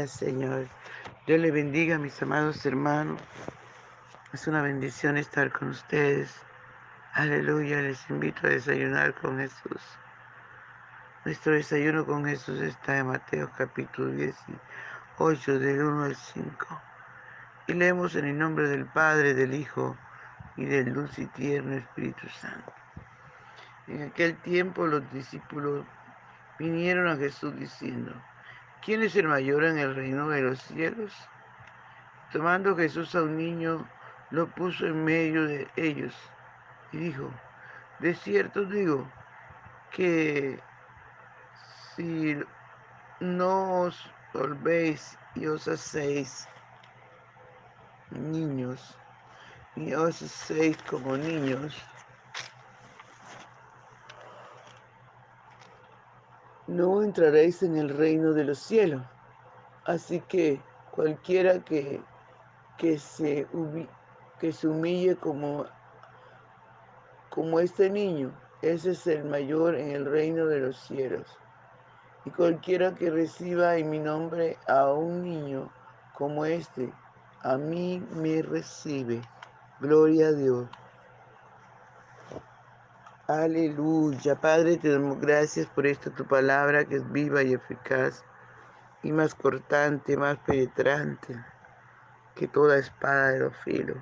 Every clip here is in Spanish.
día, Señor. Dios le bendiga, mis amados hermanos. Es una bendición estar con ustedes. Aleluya, les invito a desayunar con Jesús. Nuestro desayuno con Jesús está en Mateo capítulo 18, del 1 al 5. Y leemos en el nombre del Padre, del Hijo y del dulce y tierno Espíritu Santo. En aquel tiempo los discípulos vinieron a Jesús diciendo: ¿Quién es el mayor en el reino de los cielos? Tomando Jesús a un niño, lo puso en medio de ellos y dijo: De cierto digo que si no os volvéis y os hacéis niños, y os hacéis como niños, no entraréis en el reino de los cielos. Así que cualquiera que se humille como este niño, ese es el mayor en el reino de los cielos. Y cualquiera que reciba en mi nombre a un niño como este, a mí me recibe. Gloria a Dios. Aleluya. Padre, te damos gracias por esta tu palabra que es viva y eficaz y más cortante, más penetrante que toda espada de dos filos.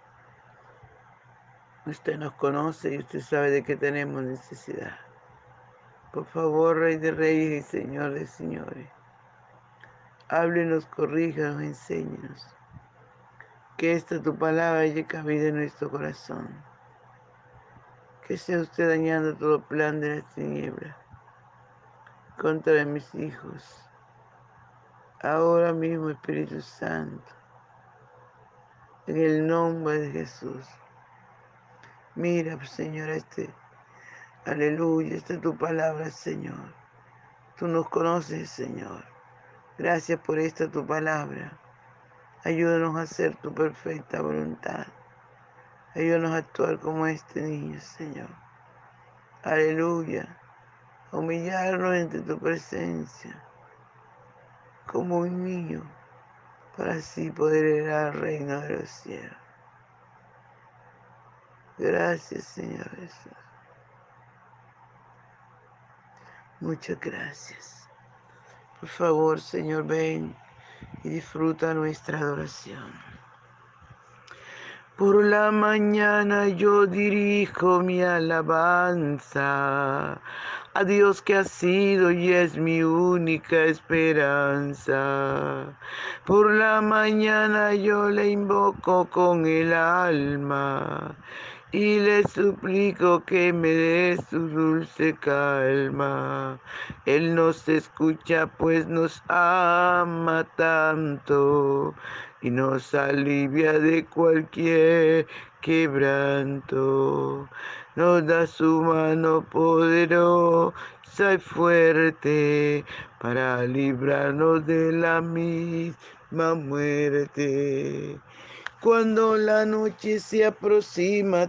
Usted nos conoce y usted sabe de qué tenemos necesidad. Por favor, Rey de Reyes y Señor de Señores, háblenos, corríjanos, enséñenos. Que esta tu palabra haya cabida en nuestro corazón. Que sea usted dañando todo plan de las tinieblas contra mis hijos. Ahora mismo, Espíritu Santo, en el nombre de Jesús. Mira, Señor, aleluya, esta es tu palabra, Señor. Tú nos conoces, Señor. Gracias por esta tu palabra. Ayúdanos a hacer tu perfecta voluntad. Ayúdanos a actuar como este niño, Señor. Aleluya. A humillarnos ante tu presencia como un niño para así poder heredar el reino de los cielos. Gracias, Señor Jesús. Muchas gracias. Por favor, Señor, ven y disfruta nuestra adoración. Por la mañana yo dirijo mi alabanza a Dios que ha sido y es mi única esperanza. Por la mañana yo le invoco con el alma y le suplico que me dé su dulce calma. Él nos escucha pues nos ama tanto y nos alivia de cualquier quebranto. Nos da su mano poderosa y fuerte para librarnos de la misma muerte. Cuando la noche se aproxima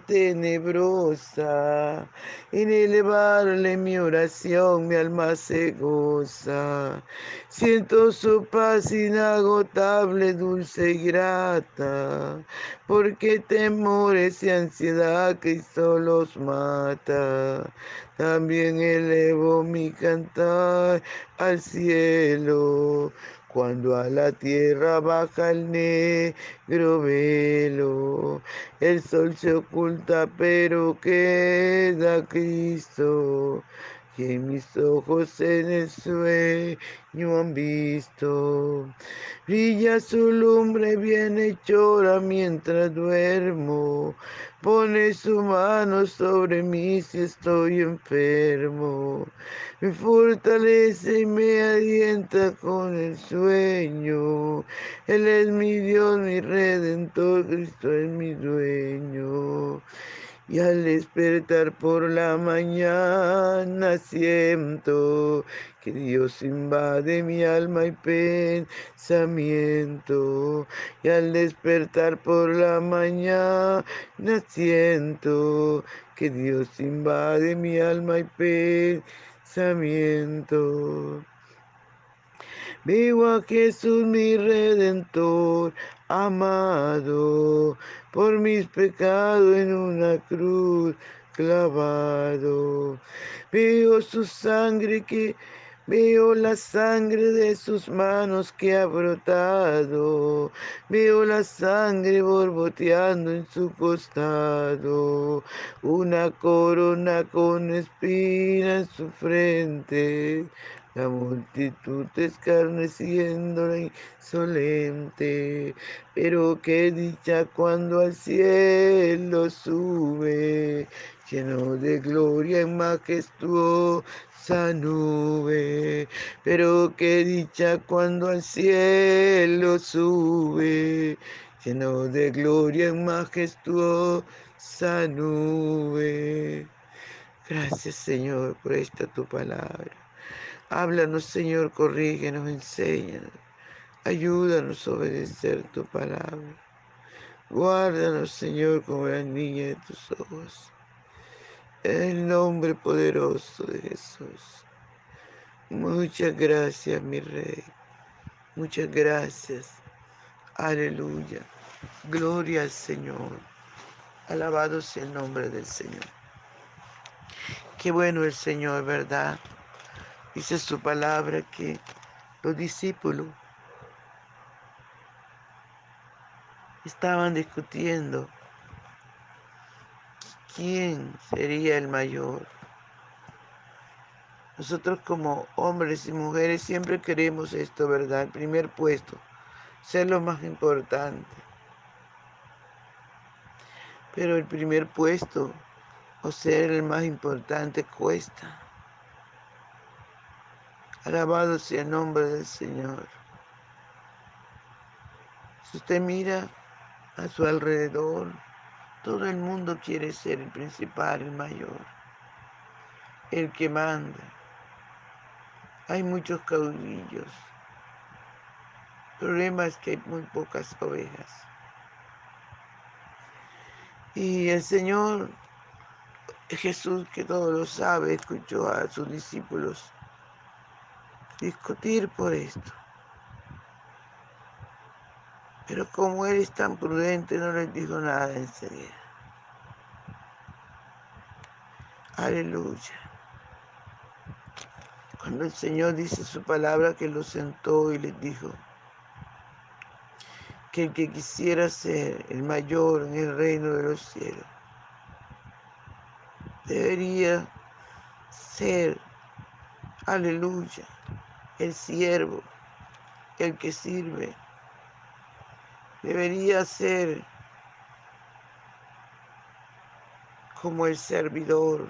tenebrosa, en elevarle mi oración mi alma se goza. Siento su paz inagotable, dulce y grata, porque temores y ansiedad Cristo los mata. También elevo mi cantar al cielo, cuando a la tierra baja el negro velo. El sol se oculta, pero queda Cristo, que mis ojos en el sueño han visto. Brilla su lumbre bienhechora mientras duermo, pone su mano sobre mí si estoy enfermo. Me fortalece y me alienta con el sueño. Él es mi Dios, mi Redentor, Cristo es mi dueño. Y al despertar por la mañana siento que Dios invade mi alma y pensamiento. Y al despertar por la mañana siento que Dios invade mi alma y pensamiento. Vivo a Jesús mi Redentor, amado, por mis pecados en una cruz clavado. Veo su sangre veo la sangre de sus manos que ha brotado. Veo la sangre borboteando en su costado. Una corona con espina en su frente. La multitud escarneciéndola insolente, pero qué dicha cuando al cielo sube, lleno de gloria en majestuosa nube. Pero qué dicha cuando al cielo sube, lleno de gloria en majestuosa nube. Gracias, Señor, por esta tu palabra. Háblanos, Señor, corrígenos, enséñanos. Ayúdanos a obedecer tu palabra. Guárdanos, Señor, como la niña de tus ojos. En el nombre poderoso de Jesús. Muchas gracias, mi Rey. Muchas gracias. Aleluya. Gloria al Señor. Alabado sea el nombre del Señor. Qué bueno el Señor, ¿verdad? Dice su palabra que los discípulos estaban discutiendo quién sería el mayor. Nosotros como hombres y mujeres siempre queremos esto, ¿verdad? El primer puesto, ser lo más importante. Pero el primer puesto o ser el más importante cuesta. Alabado sea el nombre del Señor. Si usted mira a su alrededor, todo el mundo quiere ser el principal, el mayor, el que manda. Hay muchos caudillos. El problema es que hay muy pocas ovejas. Y el Señor Jesús, que todo lo sabe, escuchó a sus discípulos discutir por esto. Pero como Él es tan prudente, no les dijo nada enseguida. Aleluya. Cuando el Señor dice su palabra, que los sentó y les dijo que el que quisiera ser el mayor en el reino de los cielos, debería ser, aleluya, el siervo, el que sirve. Debería ser como el servidor.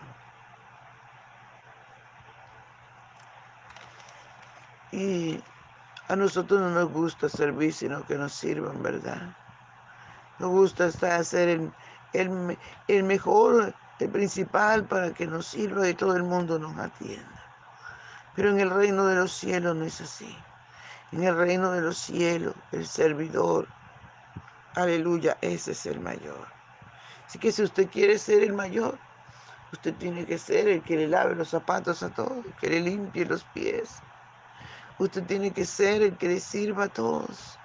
Y a nosotros no nos gusta servir, sino que nos sirvan, ¿verdad? Nos gusta ser el mejor, el principal, para que nos sirva y todo el mundo nos atienda. Pero en el reino de los cielos no es así. En el reino de los cielos, el servidor, aleluya, ese es el mayor. Así que si usted quiere ser el mayor, usted tiene que ser el que le lave los zapatos a todos, que le limpie los pies. Usted tiene que ser el que le sirva a todos.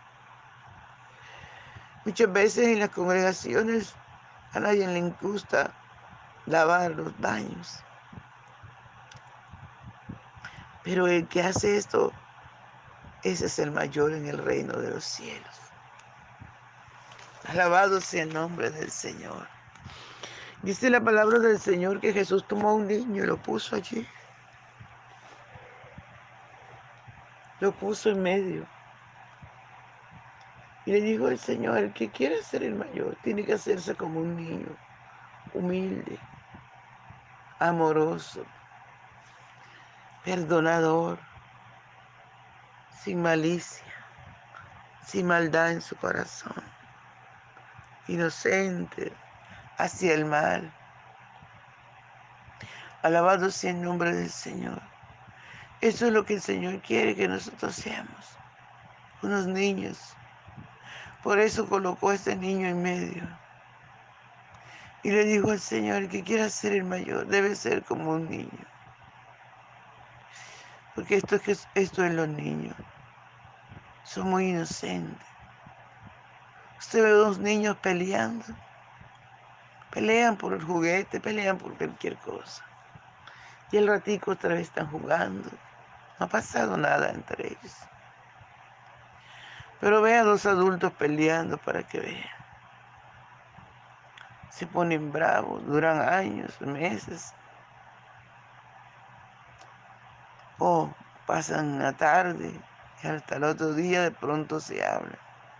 Muchas veces en las congregaciones a nadie le gusta lavar los baños. Pero el que hace esto, ese es el mayor en el reino de los cielos. Alabado sea el nombre del Señor. Dice la palabra del Señor que Jesús tomó a un niño y lo puso allí. Lo puso en medio. Y le dijo al Señor, el que quiera ser el mayor, tiene que hacerse como un niño, humilde, amoroso, perdonador, sin malicia, sin maldad en su corazón, inocente hacia el mal. Alabado sea el nombre del Señor. Eso es lo que el Señor quiere que nosotros seamos, unos niños. Por eso colocó a este niño en medio. Y le dijo al Señor, el que quiera ser el mayor debe ser como un niño. Porque esto es los niños. son muy inocentes. Usted ve a dos niños peleando, pelean por el juguete, pelean por cualquier cosa. Y el ratico otra vez están jugando. No ha pasado nada entre ellos. Pero ve a dos adultos peleando para que vean. Se ponen bravos, duran años, meses. O pasan la tarde y hasta el otro día de pronto se hablan.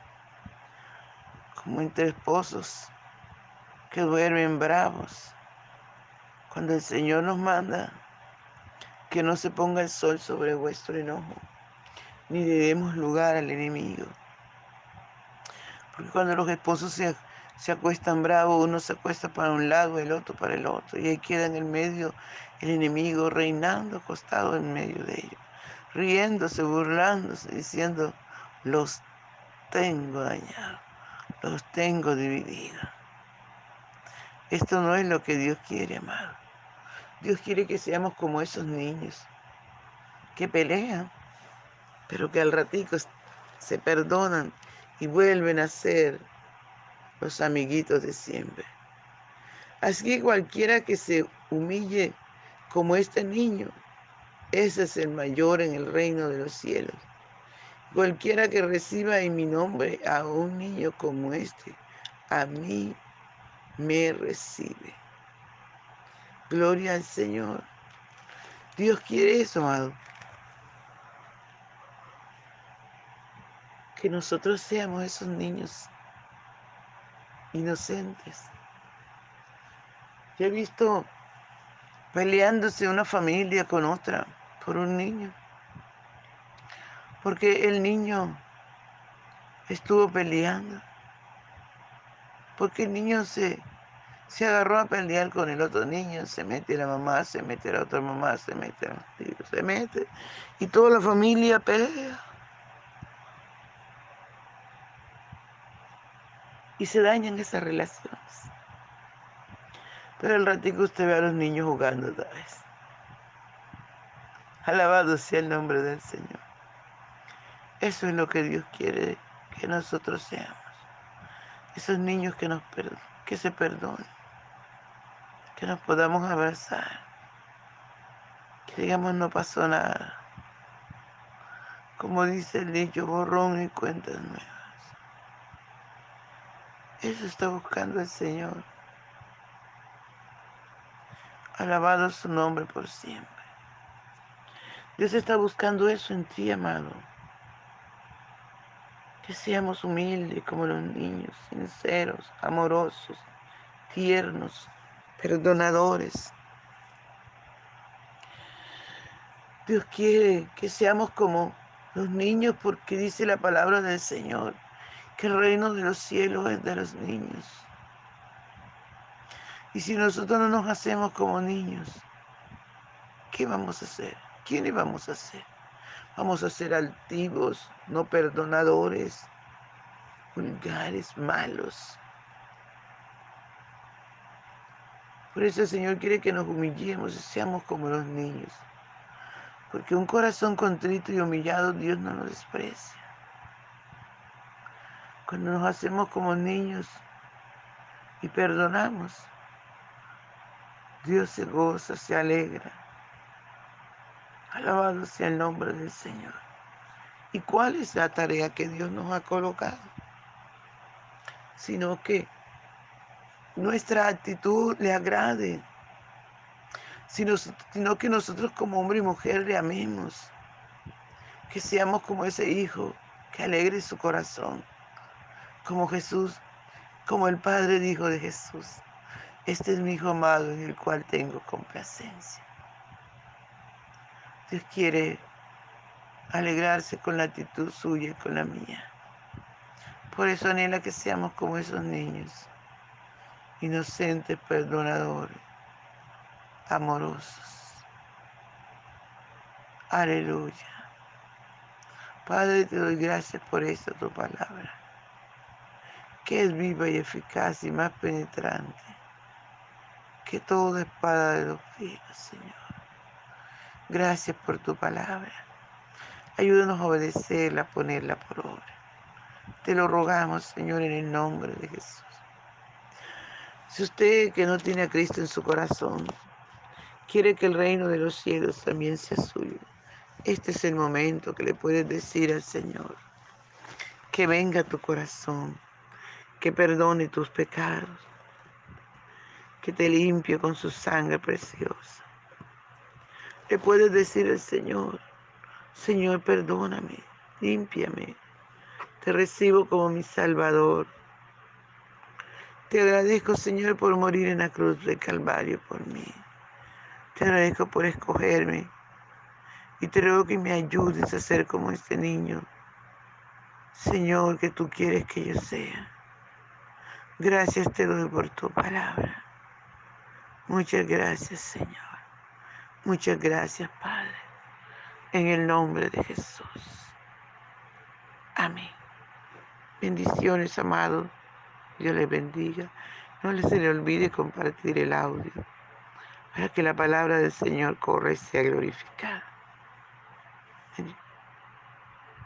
Como entre esposos que duermen bravos. Cuando el Señor nos manda que no se ponga el sol sobre vuestro enojo, ni le demos lugar al enemigo. Porque cuando los esposos se acuestan bravos, uno se acuesta para un lado, el otro para el otro, y ahí queda en el medio el enemigo reinando acostado en medio de ellos, riéndose, burlándose, diciendo, los tengo dañados, los tengo divididos. Esto no es lo que Dios quiere, amado. Dios quiere que seamos como esos niños que pelean, pero que al ratico se perdonan y vuelven a ser los amiguitos de siempre. Así que cualquiera que se humille como este niño, ese es el mayor en el reino de los cielos. Cualquiera que reciba en mi nombre a un niño como este, a mí me recibe. Gloria al Señor. Dios quiere eso, amado. Que nosotros seamos esos niños inocentes. Yo he visto peleándose una familia con otra por un niño. Porque el niño estuvo peleando. Porque el niño se agarró a pelear con el otro niño. Se mete la mamá, se mete la otra mamá, se mete el tío, se mete. Y toda la familia pelea. Y se dañan esas relaciones. Pero al ratico usted ve a los niños jugando otra vez. Alabado sea el nombre del Señor. Eso es lo que Dios quiere que nosotros seamos. Esos niños que se perdonen. Que nos podamos abrazar. Que digamos no pasó nada. Como dice el dicho, borrón y cuentas nuevas. Eso está buscando el Señor. Alabado su nombre por siempre. Dios está buscando eso en ti, amado. Que seamos humildes como los niños, sinceros, amorosos, tiernos, perdonadores. Dios quiere que seamos como los niños porque dice la palabra del Señor que el reino de los cielos es de los niños. Y si nosotros no nos hacemos como niños, ¿qué vamos a hacer? ¿Quiénes vamos a ser? Vamos a ser altivos, no perdonadores, vulgares, malos. Por eso el Señor quiere que nos humillemos y seamos como los niños. Porque un corazón contrito y humillado Dios no lo desprecia. Cuando nos hacemos como niños y perdonamos, Dios se goza, se alegra. Alabado sea el nombre del Señor. ¿Y cuál es la tarea que Dios nos ha colocado? Sino que nuestra actitud le agrade, sino que nosotros como hombre y mujer le amemos, que seamos como ese hijo que alegre su corazón, como Jesús, como el Padre dijo de Jesús, este es mi hijo amado en el cual tengo complacencia. Dios quiere alegrarse con la actitud suya y con la mía. Por eso anhela que seamos como esos niños, inocentes, perdonadores, amorosos. Aleluya. Padre, te doy gracias por esta tu palabra, que es viva y eficaz y más penetrante que toda espada de dos filos, Señor. Gracias por tu palabra. Ayúdanos a obedecerla, a ponerla por obra. Te lo rogamos, Señor, en el nombre de Jesús. Si usted que no tiene a Cristo en su corazón quiere que el reino de los cielos también sea suyo, este es el momento que le puedes decir al Señor que venga a tu corazón, que perdone tus pecados, que te limpie con su sangre preciosa. Le puedes decir al Señor: Señor, perdóname, límpiame, te recibo como mi Salvador. Te agradezco, Señor, por morir en la cruz del Calvario por mí. Te agradezco por escogerme y te ruego que me ayudes a ser como este niño, Señor, que tú quieres que yo sea. Gracias te doy por tu palabra. Muchas gracias, Señor. Muchas gracias, Padre. En el nombre de Jesús. Amén. Bendiciones, amados. Dios les bendiga. No se le olvide compartir el audio para que la palabra del Señor corra y sea glorificada.